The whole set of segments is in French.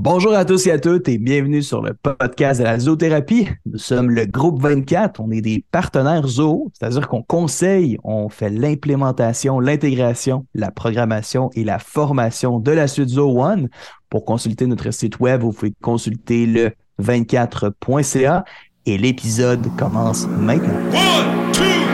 Bonjour à tous et à toutes et bienvenue sur le podcast de la zoothérapie. Nous sommes le groupe 24, on est des partenaires zoo, c'est-à-dire qu'on conseille, on fait l'implémentation, l'intégration, la programmation et la formation de la suite Zoo One. Pour consulter notre site web, vous pouvez consulter le 24.ca et l'épisode commence maintenant. 1, 2, 3, 4.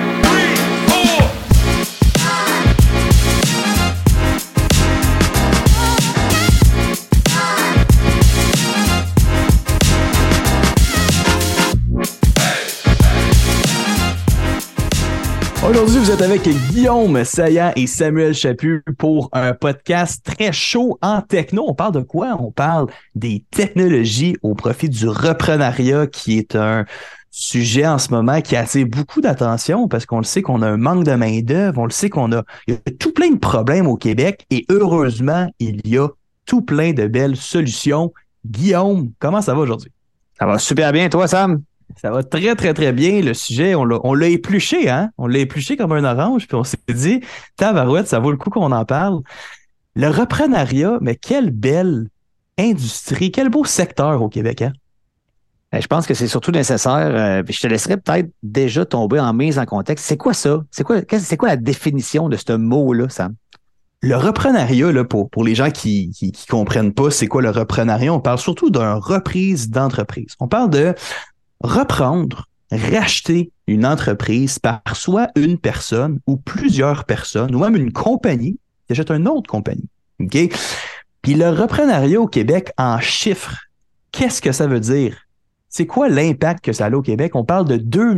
Aujourd'hui, vous êtes avec Guillaume Saillant et Samuel Chaput pour un podcast très chaud en techno. On parle de quoi? On parle des technologies au profit du reprenariat, qui est un sujet en ce moment qui attire beaucoup d'attention parce qu'on le sait qu'on a un manque de main-d'œuvre, on le sait il y a tout plein de problèmes au Québec et heureusement, il y a tout plein de belles solutions. Guillaume, comment ça va aujourd'hui? Ça va super bien, toi, Sam? Ça va très, très, très bien. Le sujet, on l'a épluché, hein? On l'a épluché comme un orange, puis on s'est dit, tabarouette, ça vaut le coup qu'on en parle. Le reprenariat, mais quelle belle industrie, quel beau secteur au Québec, hein? Je pense que c'est surtout nécessaire. Je te laisserai peut-être déjà tomber en mise en contexte. C'est quoi ça? C'est quoi la définition de ce mot-là, Sam? Le reprenariat, là, pour les gens qui comprennent pas c'est quoi le reprenariat, on parle surtout d'une reprise d'entreprise. On parle de reprendre, racheter une entreprise par soit une personne ou plusieurs personnes, ou même une compagnie qui achète une autre compagnie. OK? Puis le reprenariat au Québec en chiffres, qu'est-ce que ça veut dire? C'est quoi l'impact que ça a au Québec? On parle de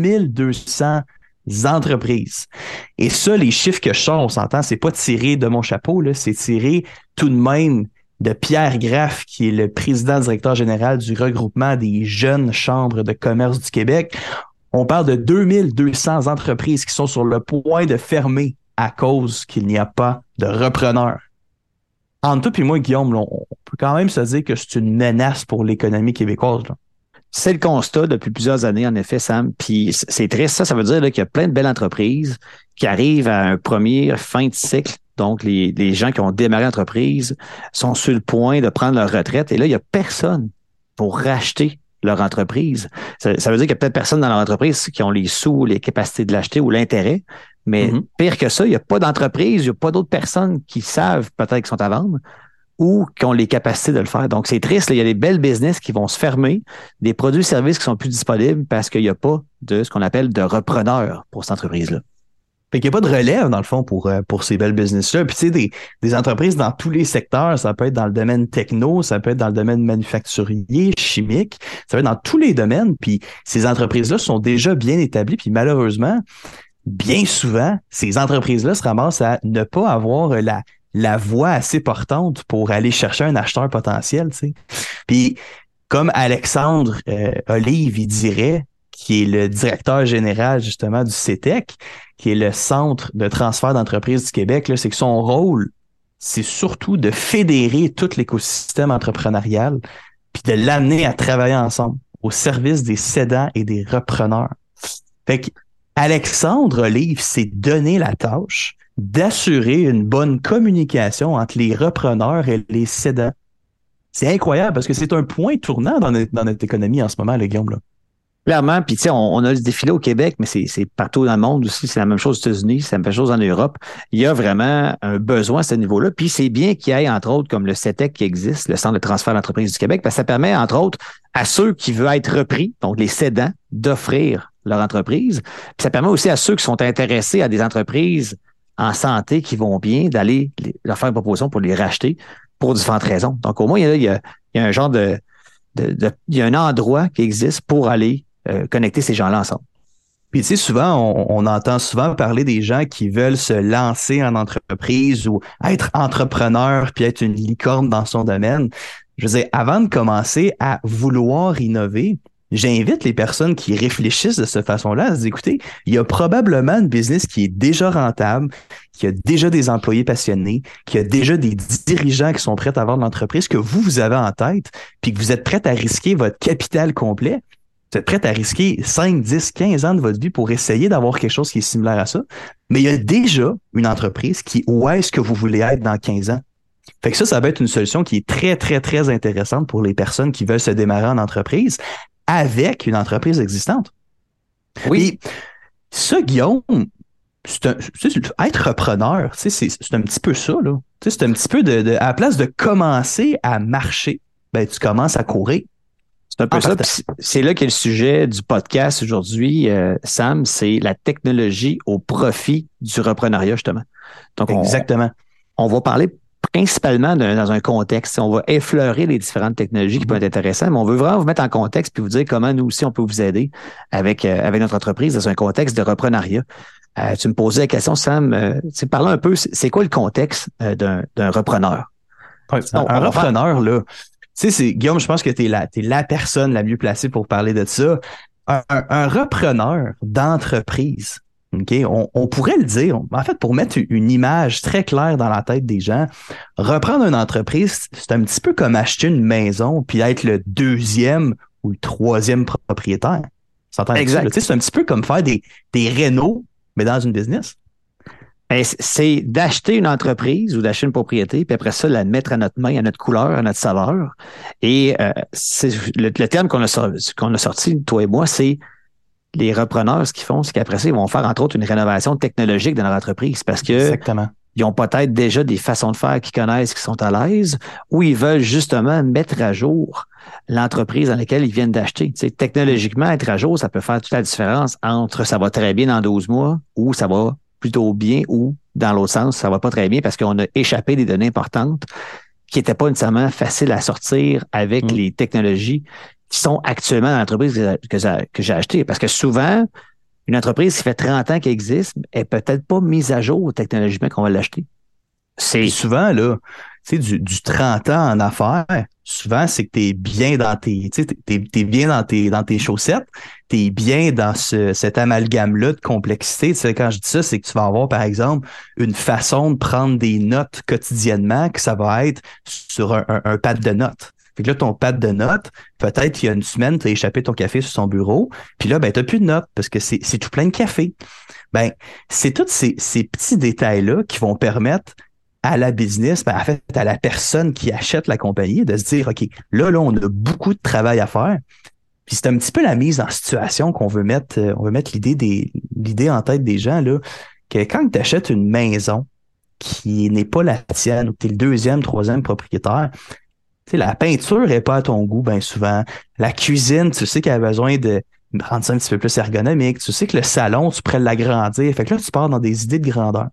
2200 entreprises. Et ça, les chiffres que je sors, on s'entend, c'est pas tiré de mon chapeau, là, c'est tiré tout de même de Pierre Graff, qui est le président-directeur général du regroupement des jeunes chambres de commerce du Québec. On parle de 2200 entreprises qui sont sur le point de fermer à cause qu'il n'y a pas de repreneurs. Entre toi et moi, Guillaume, là, on peut quand même se dire que c'est une menace pour l'économie québécoise, là. C'est le constat depuis plusieurs années, en effet, Sam. Puis c'est triste, ça veut dire là, qu'il y a plein de belles entreprises qui arrivent à un premier fin de cycle. Donc, les gens qui ont démarré l'entreprise sont sur le point de prendre leur retraite. Et là, il n'y a personne pour racheter leur entreprise. Ça veut dire qu'il y a peut-être personne dans leur entreprise qui ont les sous, les capacités de l'acheter ou l'intérêt. Mais pire que ça, il n'y a pas d'entreprise, il n'y a pas d'autres personnes qui savent peut-être qu'ils sont à vendre ou qui ont les capacités de le faire. Donc, c'est triste. Là, il y a des belles business qui vont se fermer, des produits et services qui sont plus disponibles parce qu'il n'y a pas de ce qu'on appelle de repreneurs pour cette entreprise-là. Fait qu'il n'y a pas de relève, dans le fond, pour ces belles business-là. Puis, tu sais, des entreprises dans tous les secteurs, ça peut être dans le domaine techno, ça peut être dans le domaine manufacturier, chimique, ça peut être dans tous les domaines. Puis, ces entreprises-là sont déjà bien établies. Puis, malheureusement, bien souvent, ces entreprises-là se ramassent à ne pas avoir la voix assez portante pour aller chercher un acheteur potentiel, tu sais. Puis, comme Alexandre Olive, il dirait, qui est le directeur général, justement, du CETEC, qui est le Centre de transfert d'entreprises du Québec, là, c'est que son rôle, c'est surtout de fédérer tout l'écosystème entrepreneurial puis de l'amener à travailler ensemble au service des cédants et des repreneurs. Fait que Alexandre Olive s'est donné la tâche d'assurer une bonne communication entre les repreneurs et les cédants. C'est incroyable parce que c'est un point tournant dans notre économie en ce moment, le Guillaume, là. Clairement, puis tu sais, on a le défilé au Québec, mais c'est partout dans le monde aussi. C'est la même chose aux États-Unis, c'est la même chose en Europe. Il y a vraiment un besoin à ce niveau-là. Puis c'est bien qu'il y ait, entre autres, comme le CETEC qui existe, le Centre de transfert d'entreprise du Québec, parce que ça permet, entre autres, à ceux qui veulent être repris, donc les cédants, d'offrir leur entreprise. Puis ça permet aussi à ceux qui sont intéressés à des entreprises en santé qui vont bien d'aller leur faire une proposition pour les racheter pour différentes raisons. Donc au moins, il y a un genre il y a un endroit qui existe pour aller connecter ces gens-là ensemble. Puis tu sais, souvent, on entend souvent parler des gens qui veulent se lancer en entreprise ou être entrepreneur puis être une licorne dans son domaine. Je veux dire, avant de commencer à vouloir innover, j'invite les personnes qui réfléchissent de cette façon-là à se dire, écoutez, il y a probablement une business qui est déjà rentable, qui a déjà des employés passionnés, qui a déjà des dirigeants qui sont prêts à vendre l'entreprise que vous avez en tête, puis que vous êtes prêts à risquer votre capital complet. Vous êtes prêts à risquer 5, 10, 15 ans de votre vie pour essayer d'avoir quelque chose qui est similaire à ça. Mais il y a déjà une entreprise qui, où est-ce que vous voulez être dans 15 ans? Fait que ça va être une solution qui est très, très, très intéressante pour les personnes qui veulent se démarrer en entreprise avec une entreprise existante. Oui. Et ça, Guillaume, être repreneur, c'est un petit peu ça, là. C'est un petit peu à la place de commencer à marcher, ben, tu commences à courir. C'est un peu ça. C'est là qu'est le sujet du podcast aujourd'hui, Sam, c'est la technologie au profit du reprenariat, justement. Donc, exactement. On va parler principalement dans un contexte. On va effleurer les différentes technologies qui peuvent être intéressantes, mais on veut vraiment vous mettre en contexte puis vous dire comment nous aussi, on peut vous aider avec notre entreprise dans un contexte de reprenariat. Tu me posais la question, Sam, parlons un peu, c'est quoi le contexte d'un repreneur? Ouais, un repreneur, là, tu sais, Guillaume, je pense que t'es la personne la mieux placée pour parler de ça. Un repreneur d'entreprise, OK, on pourrait le dire, en fait, pour mettre une image très claire dans la tête des gens, reprendre une entreprise, c'est un petit peu comme acheter une maison puis être le deuxième ou le troisième propriétaire. Exact. C'est un petit peu comme faire des rénaux, mais dans une business. C'est d'acheter une entreprise ou d'acheter une propriété, puis après ça, la mettre à notre main, à notre couleur, à notre saveur. Et c'est le terme qu'on a sorti, toi et moi, c'est les repreneurs, ce qu'ils font, c'est qu'après ça, ils vont faire, entre autres, une rénovation technologique de leur entreprise parce que exactement. Ils ont peut-être déjà des façons de faire qu'ils connaissent, qui sont à l'aise, ou ils veulent justement mettre à jour l'entreprise dans laquelle ils viennent d'acheter. Tu sais, technologiquement, être à jour, ça peut faire toute la différence entre ça va très bien dans 12 mois ou ça va plutôt bien ou dans l'autre sens, ça va pas très bien parce qu'on a échappé des données importantes qui n'étaient pas nécessairement faciles à sortir avec les technologies qui sont actuellement dans l'entreprise que j'ai achetée. Parce que souvent, une entreprise qui fait 30 ans qu'elle existe est peut-être pas mise à jour technologiquement qu'on va l'acheter. C'est souvent, là, tu sais, du 30 ans en affaires, souvent, c'est que t'es bien dans t'es bien dans tes chaussettes, t'es bien dans cet amalgame-là de complexité. Tu sais, quand je dis ça, c'est que tu vas avoir, par exemple, une façon de prendre des notes quotidiennement que ça va être sur un pad de notes. Fait que là, ton pad de notes, peut-être qu'il y a une semaine, tu as échappé ton café sur son bureau, puis là, ben, tu n'as plus de notes parce que c'est tout plein de café. Ben, c'est tous ces petits détails-là qui vont permettre à la business, ben, en fait, à la personne qui achète la compagnie, de se dire, OK, là, on a beaucoup de travail à faire. Puis c'est un petit peu la mise en situation qu'on veut mettre, l'idée en tête des gens, là, que quand tu achètes une maison qui n'est pas la tienne, ou que tu es le deuxième, troisième propriétaire, tu sais, la peinture n'est pas à ton goût, bien souvent. La cuisine, tu sais qu'elle a besoin de rendre ça un petit peu plus ergonomique. Tu sais que le salon, tu pourrais l'agrandir. Fait que là, tu pars dans des idées de grandeur.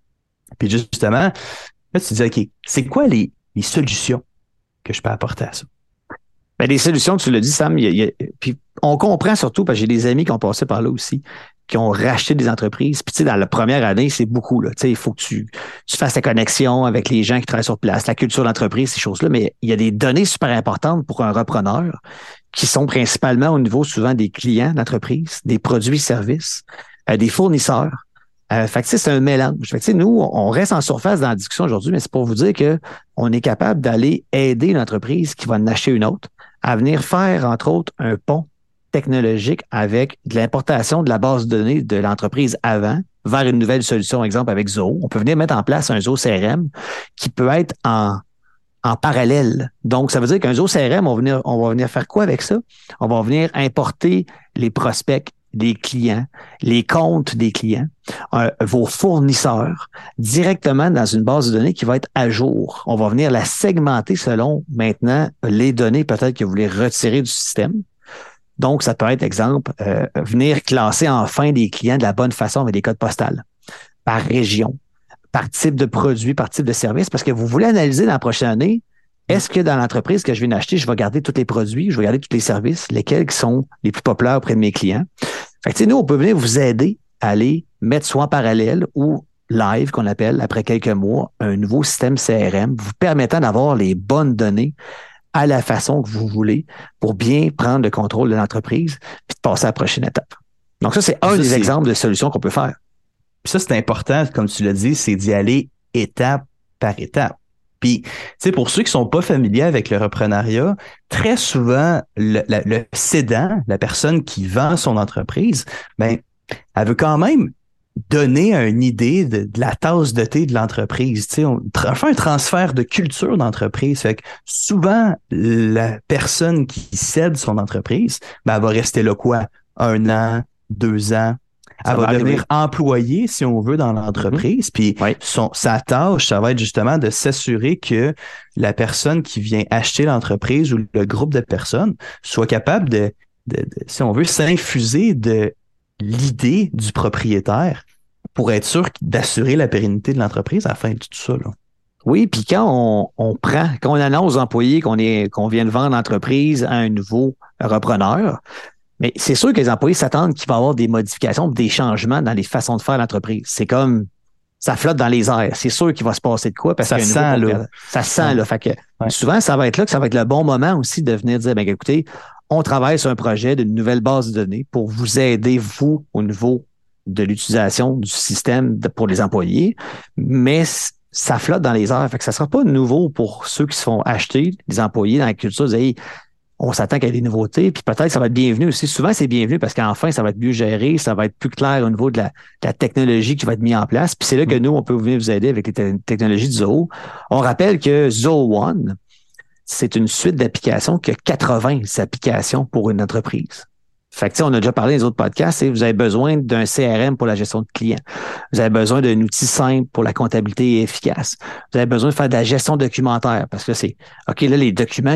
Puis justement, là, tu te dis, OK, c'est quoi les solutions que je peux apporter à ça? Ben, les solutions, tu l'as dit, Sam, puis on comprend surtout, parce que j'ai des amis qui ont passé par là aussi, qui ont racheté des entreprises. Puis, tu sais, dans la première année, c'est beaucoup, là. Tu sais, il faut que tu fasses ta connexion avec les gens qui travaillent sur place, la culture d'entreprise, ces choses-là. Mais il y a des données super importantes pour un repreneur qui sont principalement au niveau souvent des clients d'entreprise, des produits et services, des fournisseurs. Fait que c'est un mélange. Fait que nous, on reste en surface dans la discussion aujourd'hui, mais c'est pour vous dire que on est capable d'aller aider une entreprise qui va en acheter une autre à venir faire, entre autres, un pont technologique avec de l'importation de la base de données de l'entreprise avant vers une nouvelle solution, exemple avec Zoho. On peut venir mettre en place un Zoho CRM qui peut être en parallèle. Donc, ça veut dire qu'un Zoho CRM, on va venir faire quoi avec ça? On va venir importer les prospects, les clients, les comptes des clients, vos fournisseurs directement dans une base de données qui va être à jour. On va venir la segmenter selon maintenant les données peut-être que vous voulez retirer du système. Donc, ça peut être, exemple, venir classer enfin des clients de la bonne façon avec des codes postales, par région, par type de produit, par type de service, parce que vous voulez analyser dans la prochaine année, est-ce que dans l'entreprise que je viens d'acheter, je vais garder tous les produits, je vais garder tous les services, lesquels qui sont les plus populaires auprès de mes clients? Fait que, nous, on peut venir vous aider à aller mettre soit en parallèle ou live, qu'on appelle, après quelques mois, un nouveau système CRM vous permettant d'avoir les bonnes données à la façon que vous voulez pour bien prendre le contrôle de l'entreprise puis de passer à la prochaine étape. Donc ça, c'est un des exemples de solutions qu'on peut faire. Puis ça, c'est important, comme tu l'as dit, c'est d'y aller étape par étape. Puis, tu sais, pour ceux qui sont pas familiers avec le reprenariat, très souvent, le cédant, la personne qui vend son entreprise, ben, elle veut quand même donner une idée de la tasse de thé de l'entreprise. Tu sais, on fait un transfert de culture d'entreprise. Fait que souvent, la personne qui cède son entreprise, ben, elle va rester là quoi? 1 an, 2 ans. Elle va devenir employée, si on veut, dans l'entreprise. Puis sa tâche, ça va être justement de s'assurer que la personne qui vient acheter l'entreprise ou le groupe de personnes soit capable de si on veut, s'infuser de l'idée du propriétaire pour être sûr d'assurer la pérennité de l'entreprise à la fin de tout ça, là. Oui, puis quand on annonce aux employés qu'on vient de vendre l'entreprise à un nouveau repreneur, mais c'est sûr que les employés s'attendent qu'il va y avoir des modifications, des changements dans les façons de faire l'entreprise. C'est comme ça flotte dans les airs. C'est sûr qu'il va se passer de quoi parce ça sent là. Ça sent là. Fait que souvent, ça va être là que ça va être le bon moment aussi de venir dire, ben écoutez, on travaille sur un projet d'une nouvelle base de données pour vous aider, vous, au niveau de l'utilisation du système pour les employés, mais ça flotte dans les airs. Fait que ça ne sera pas nouveau pour ceux qui se font acheter, les employés dans la culture, hey, on s'attend qu'il y ait des nouveautés, puis peut-être ça va être bienvenu aussi. Souvent, c'est bienvenu parce qu'enfin, ça va être mieux géré, ça va être plus clair au niveau de la technologie qui va être mise en place. Puis c'est là que nous, on peut venir vous aider avec les technologies de Zoho. On rappelle que Zoho One, c'est une suite d'applications qui a 80 applications pour une entreprise. Fait que, on a déjà parlé dans les autres podcasts, vous avez besoin d'un CRM pour la gestion de clients. Vous avez besoin d'un outil simple pour la comptabilité efficace. Vous avez besoin de faire de la gestion documentaire parce que c'est, OK, là, les documents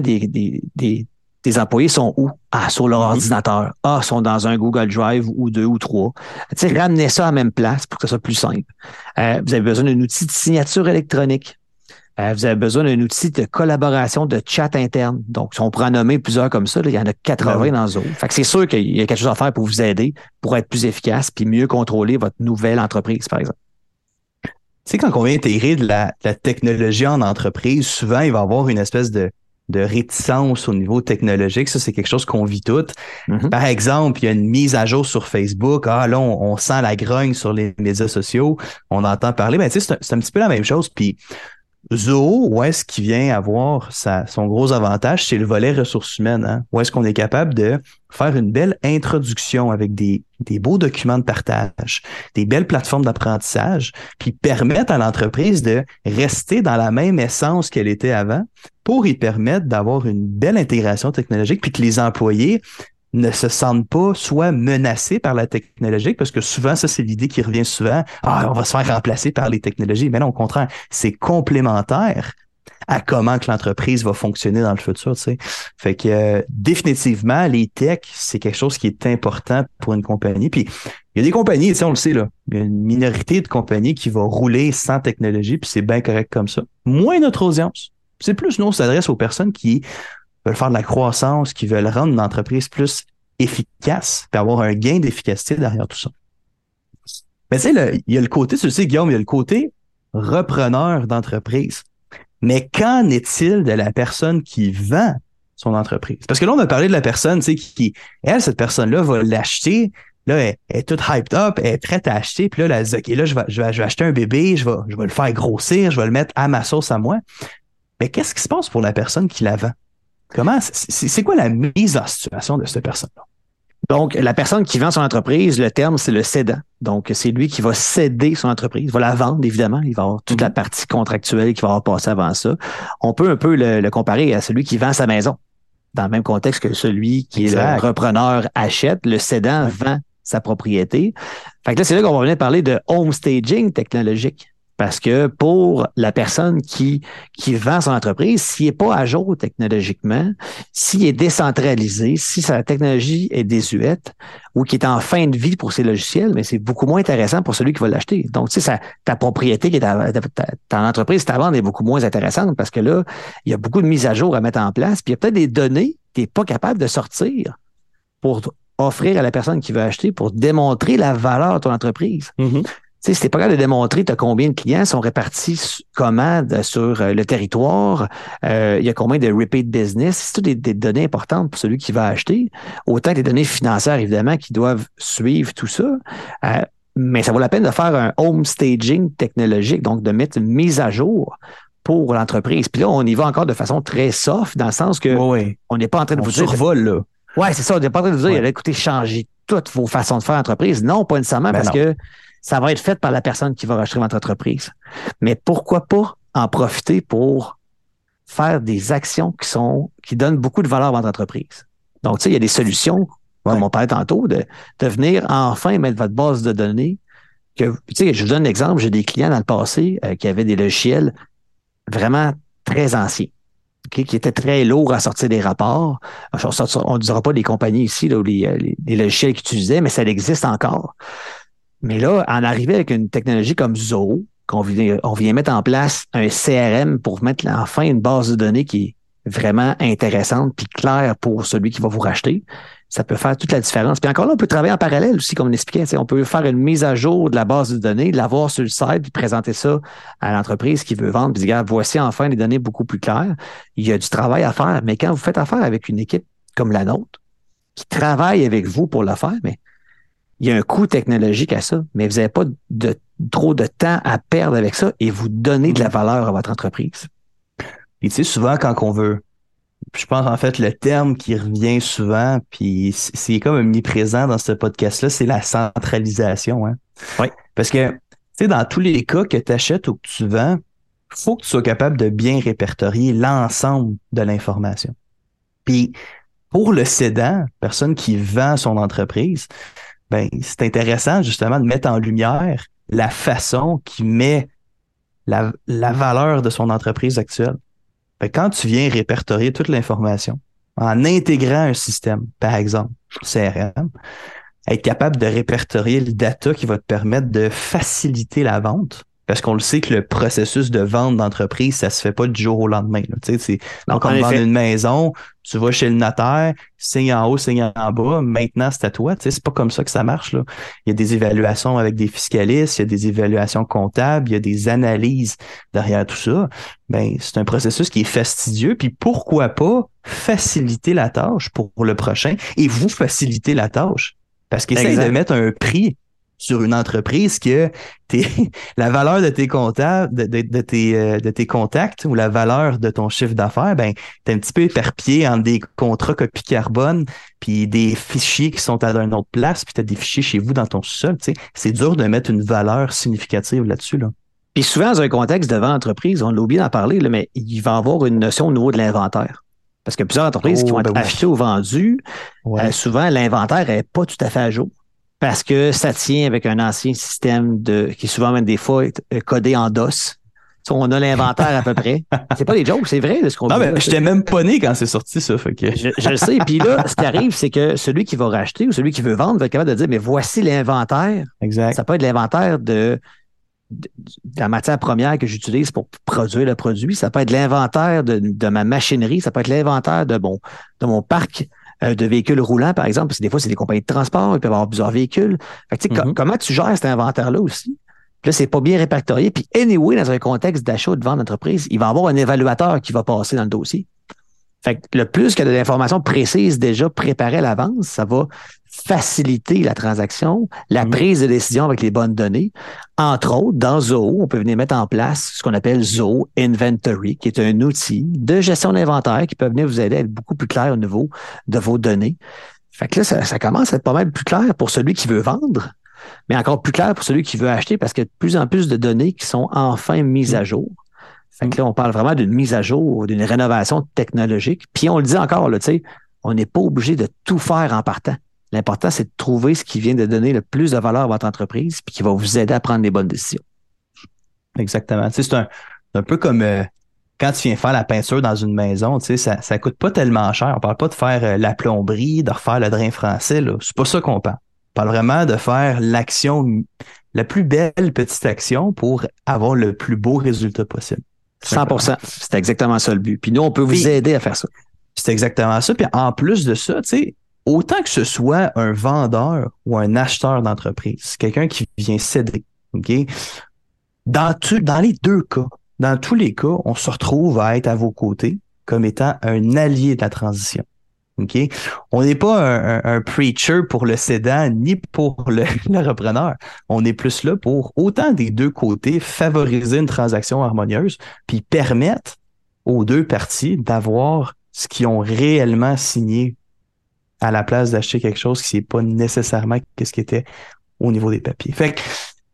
des employés sont où? Ah, sur leur ordinateur. Ah, sont dans un Google Drive ou 2 ou 3. Tu sais, ramenez ça à la même place pour que ce soit plus simple. Vous avez besoin d'un outil de signature électronique. Vous avez besoin d'un outil de collaboration, de chat interne. Donc, si on pourrait en nommer plusieurs comme ça, là, il y en a 80 dans Zoho. Fait que c'est sûr qu'il y a quelque chose à faire pour vous aider, pour être plus efficace puis mieux contrôler votre nouvelle entreprise, par exemple. Tu sais, quand on vient intégrer de la technologie en entreprise, souvent, il va y avoir une espèce de réticence au niveau technologique. Ça, c'est quelque chose qu'on vit toutes. Par exemple, il y a une mise à jour sur Facebook. Ah, là, on sent la grogne sur les médias sociaux. On entend parler. Ben, tu sais, c'est un petit peu la même chose. Puis, Zoho, où est-ce qu'il vient avoir son gros avantage? C'est le volet ressources humaines. Hein? Où est-ce qu'on est capable de faire une belle introduction avec des beaux documents de partage, des belles plateformes d'apprentissage, puis permettre à l'entreprise de rester dans la même essence qu'elle était avant pour y permettre d'avoir une belle intégration technologique, puis que les employés ne se sentent pas soit menacés par la technologie, parce que souvent, ça, c'est l'idée qui revient souvent. Ah, on va se faire remplacer par les technologies. Mais non, au contraire, c'est complémentaire à comment que l'entreprise va fonctionner dans le futur, tu sais. Fait que définitivement, les techs, c'est quelque chose qui est important pour une compagnie. Puis il y a des compagnies, tu sais, on le sait, là, il y a une minorité de compagnies qui va rouler sans technologie, puis c'est bien correct comme ça. Moins notre audience. C'est plus, nous, on s'adresse aux personnes qui veulent faire de la croissance, qui veulent rendre une entreprise plus efficace, puis avoir un gain d'efficacité derrière tout ça. Mais tu sais, il y a le côté, tu le sais, Guillaume, il y a le côté repreneur d'entreprise. Mais qu'en est-il de la personne qui vend son entreprise? Parce que là, on a parlé de la personne, tu sais, qui elle, cette personne-là va l'acheter. Là, elle est toute hyped up, elle est prête à acheter. Puis là, elle dit, OK, là, je vais acheter un bébé, je vais le faire grossir, je vais le mettre à ma sauce à moi. Mais qu'est-ce qui se passe pour la personne qui la vend? Comment, c'est quoi la mise en situation de cette personne-là? Donc, la personne qui vend son entreprise, le terme, c'est le cédant. Donc, c'est lui qui va céder son entreprise. Il va la vendre, évidemment. Il va avoir toute la partie contractuelle qui va avoir passé avant ça. On peut un peu le comparer à celui qui vend sa maison. Dans le même contexte que celui qui est le repreneur achète, le cédant vend sa propriété. Fait que là, c'est là qu'on va venir parler de home staging technologique. Parce que pour la personne qui vend son entreprise, s'il n'est pas à jour technologiquement, s'il est décentralisé, si sa technologie est désuète ou qu'il est en fin de vie pour ses logiciels, mais c'est beaucoup moins intéressant pour celui qui va l'acheter. Donc, tu sais, ta propriété qui est ton entreprise, ta vente est beaucoup moins intéressante parce que là, il y a beaucoup de mises à jour à mettre en place, puis il y a peut-être des données que tu n'es pas capable de sortir pour offrir à la personne qui veut acheter pour démontrer la valeur de ton entreprise. Tu sais, si t'es pas capable de démontrer t'as combien de clients sont répartis comment sur le territoire, il y a combien de repeat business, c'est toutes des données importantes pour celui qui va acheter, autant que les données financières, évidemment, qui doivent suivre tout ça. Mais ça vaut la peine de faire un home staging technologique, donc de mettre une mise à jour pour l'entreprise. Puis là, on y va encore de façon très soft, dans le sens que on n'est pas en train de vous dire... survole, là. Ouais, c'est ça, on n'est pas en train de vous dire, écoutez, changez toutes vos façons de faire entreprise. Non, pas nécessairement, parce que ça va être fait par la personne qui va racheter votre entreprise. Mais pourquoi pas en profiter pour faire des actions qui donnent beaucoup de valeur à votre entreprise. Donc, tu sais, il y a des solutions, comme on parlait tantôt, de venir enfin mettre votre base de données. Tu sais, je vous donne un exemple, j'ai des clients dans le passé qui avaient des logiciels vraiment très anciens, okay, qui étaient très lourds à sortir des rapports. On ne dira pas des compagnies ici, là, où les logiciels qu'ils utilisaient, mais ça existe encore. Mais là, en arriver avec une technologie comme Zoho, on vient mettre en place un CRM pour mettre enfin une base de données qui est vraiment intéressante puis claire pour celui qui va vous racheter, ça peut faire toute la différence. Puis encore là, on peut travailler en parallèle aussi, comme on expliquait. On peut faire une mise à jour de la base de données, l'avoir sur le site, puis présenter ça à l'entreprise qui veut vendre, puis dire, regarde, voici enfin des données beaucoup plus claires. Il y a du travail à faire, mais quand vous faites affaire avec une équipe comme la nôtre, qui travaille avec vous pour le faire, mais il y a un coût technologique à ça, mais vous n'avez pas trop de temps à perdre avec ça et vous donnez de la valeur à votre entreprise. Et tu sais, souvent, quand on veut, je pense en fait, le terme qui revient souvent, puis c'est comme omniprésent dans ce podcast-là, c'est la centralisation. Hein? Oui. Parce que, tu sais, dans tous les cas que tu achètes ou que tu vends, il faut que tu sois capable de bien répertorier l'ensemble de l'information. Puis, pour le cédant, personne qui vend son entreprise, ben, c'est intéressant justement de mettre en lumière la façon qui met la valeur de son entreprise actuelle. Fait que quand tu viens répertorier toute l'information en intégrant un système, par exemple, CRM, être capable de répertorier le data qui va te permettre de faciliter la vente. Parce qu'on le sait que le processus de vente d'entreprise, ça se fait pas du jour au lendemain. Là. Tu sais, c'est comme vendre une maison, tu vas chez le notaire, signe en haut, signe en bas, maintenant c'est à toi. Tu sais, c'est pas comme ça que ça marche. Là. Il y a des évaluations avec des fiscalistes, il y a des évaluations comptables, il y a des analyses derrière tout ça. Ben, c'est un processus qui est fastidieux. Puis pourquoi pas faciliter la tâche pour le prochain et vous faciliter la tâche? Parce qu'essaye de mettre un prix sur une entreprise que la valeur de tes comptables, de tes contacts ou la valeur de ton chiffre d'affaires, ben, t'es un petit peu éparpillé entre des contrats copie carbone puis des fichiers qui sont à une autre place, puis t'as des fichiers chez vous dans ton sous-sol, tu sais. C'est dur de mettre une valeur significative là-dessus, là. Puis souvent, dans un contexte de vente d'entreprise, on l'a oublié d'en parler, là, mais il va y avoir une notion au niveau de l'inventaire. Parce que plusieurs entreprises qui vont être achetées ou vendues, souvent, l'inventaire n'est pas tout à fait à jour. Parce que ça tient avec un ancien système qui souvent même des fois codé en DOS. On a l'inventaire à peu près. C'est pas des jokes, c'est vrai de ce qu'on dit. Non, mais j'étais même pas né quand c'est sorti, ça. Fait que... je le sais. Puis là, ce qui arrive, c'est que celui qui va racheter ou celui qui veut vendre va être capable de dire, mais voici l'inventaire. Exact. Ça peut être l'inventaire de la matière première que j'utilise pour produire le produit. Ça peut être l'inventaire de ma machinerie. Ça peut être l'inventaire de mon parc de véhicules roulants, par exemple, parce que des fois, c'est des compagnies de transport, ils peuvent avoir plusieurs véhicules. Fait que, comment tu gères cet inventaire-là aussi? Puis là, c'est pas bien répertorié. Puis anyway, dans un contexte d'achat ou de vente d'entreprise, il va y avoir un évaluateur qui va passer dans le dossier. Fait que le plus qu'il y a de l'information précise déjà préparée à l'avance, ça va faciliter la transaction, la prise de décision avec les bonnes données. Entre autres, dans Zoho, on peut venir mettre en place ce qu'on appelle Zoho Inventory, qui est un outil de gestion d'inventaire qui peut venir vous aider à être beaucoup plus clair au niveau de vos données. Fait que là, ça commence à être pas mal plus clair pour celui qui veut vendre, mais encore plus clair pour celui qui veut acheter parce qu'il y a de plus en plus de données qui sont enfin mises à jour. Fait que là, on parle vraiment d'une mise à jour, d'une rénovation technologique. Puis on le dit encore, là, tu sais, on n'est pas obligé de tout faire en partant. L'important, c'est de trouver ce qui vient de donner le plus de valeur à votre entreprise puis qui va vous aider à prendre les bonnes décisions. Exactement. Tu sais, c'est un peu comme quand tu viens faire la peinture dans une maison, tu sais, ça coûte pas tellement cher. On parle pas de faire la plomberie, de refaire le drain français, là. C'est pas ça qu'on parle. On parle vraiment de faire l'action, la plus belle petite action pour avoir le plus beau résultat possible. 100%. C'est exactement ça le but. Puis nous, on peut vous aider à faire ça. C'est exactement ça. Puis en plus de ça, tu sais, autant que ce soit un vendeur ou un acheteur d'entreprise, quelqu'un qui vient céder, OK? Dans les deux cas, dans tous les cas, on se retrouve à être à vos côtés comme étant un allié de la transition. OK? On n'est pas un preacher pour le cédant ni pour le repreneur. On est plus là pour, autant des deux côtés, favoriser une transaction harmonieuse puis permettre aux deux parties d'avoir ce qu'ils ont réellement signé à la place d'acheter quelque chose qui n'est pas nécessairement ce qui était au niveau des papiers. Fait que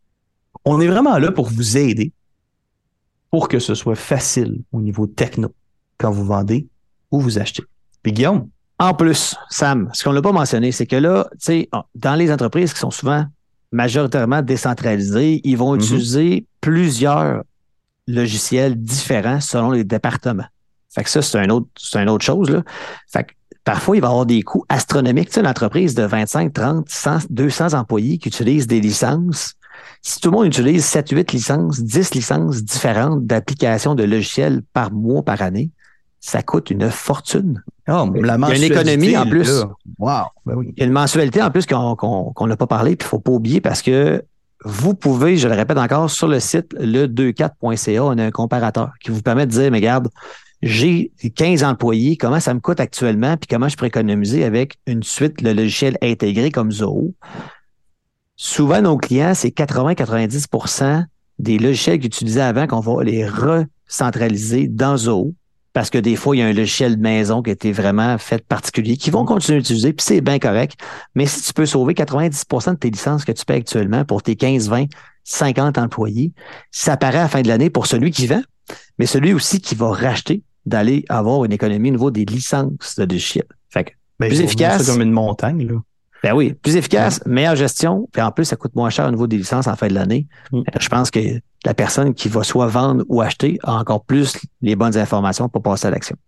On est vraiment là pour vous aider, pour que ce soit facile au niveau techno quand vous vendez ou vous achetez. Puis Guillaume? En plus, Sam, ce qu'on n'a pas mentionné, c'est que là, tu sais, dans les entreprises qui sont souvent majoritairement décentralisées, ils vont utiliser plusieurs logiciels différents selon les départements. Fait que ça, c'est une autre chose, là. Fait que parfois, il va y avoir des coûts astronomiques. Tu sais, une entreprise de 25, 30, 100, 200 employés qui utilisent des licences. Si tout le monde utilise 7, 8 licences, 10 licences différentes d'applications de logiciels par mois, par année, ça coûte une fortune. Oh, il y a une économie en plus. Wow. Ben oui. Il y a une mensualité en plus qu'on n'a pas parlé, puis il ne faut pas oublier parce que vous pouvez, je le répète encore, sur le site le24.ca, on a un comparateur qui vous permet de dire, mais regarde, j'ai 15 employés, comment ça me coûte actuellement, puis comment je peux économiser avec une suite de logiciels intégrés comme Zoho. Souvent, nos clients, c'est 80-90% des logiciels qu'ils utilisaient avant qu'on va les recentraliser dans Zoho. Parce que des fois, il y a un logiciel de maison qui a été vraiment fait particulier, qui vont continuer d'utiliser, puis c'est bien correct. Mais si tu peux sauver 90% de tes licences que tu paies actuellement pour tes 15, 20, 50 employés, ça paraît à la fin de l'année pour celui qui vend, mais celui aussi qui va racheter, d'aller avoir une économie au niveau des licences de logiciels. Fait que plus efficace. C'est comme une montagne, là. Ben oui, plus efficace, meilleure gestion, puis en plus, ça coûte moins cher au niveau des licences en fin de l'année. Je pense que la personne qui va soit vendre ou acheter a encore plus les bonnes informations pour passer à l'action.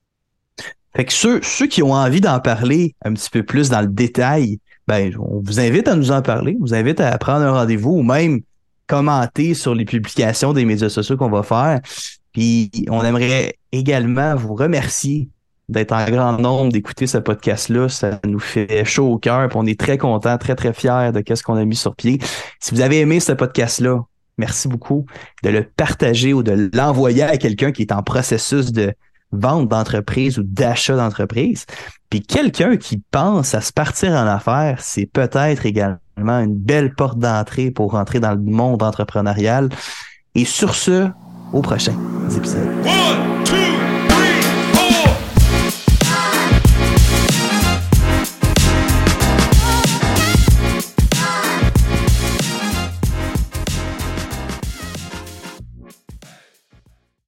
Fait que ceux qui ont envie d'en parler un petit peu plus dans le détail, ben, on vous invite à nous en parler, on vous invite à prendre un rendez-vous ou même commenter sur les publications des médias sociaux qu'on va faire. Puis on aimerait également vous remercier d'être en grand nombre, d'écouter ce podcast-là. Ça nous fait chaud au cœur. Puis on est très contents, très, très fiers de ce qu'on a mis sur pied. Si vous avez aimé ce podcast-là, merci beaucoup de le partager ou de l'envoyer à quelqu'un qui est en processus de vente d'entreprise ou d'achat d'entreprise. Puis quelqu'un qui pense à se partir en affaires, c'est peut-être également une belle porte d'entrée pour rentrer dans le monde entrepreneurial. Et sur ce, au prochain épisode.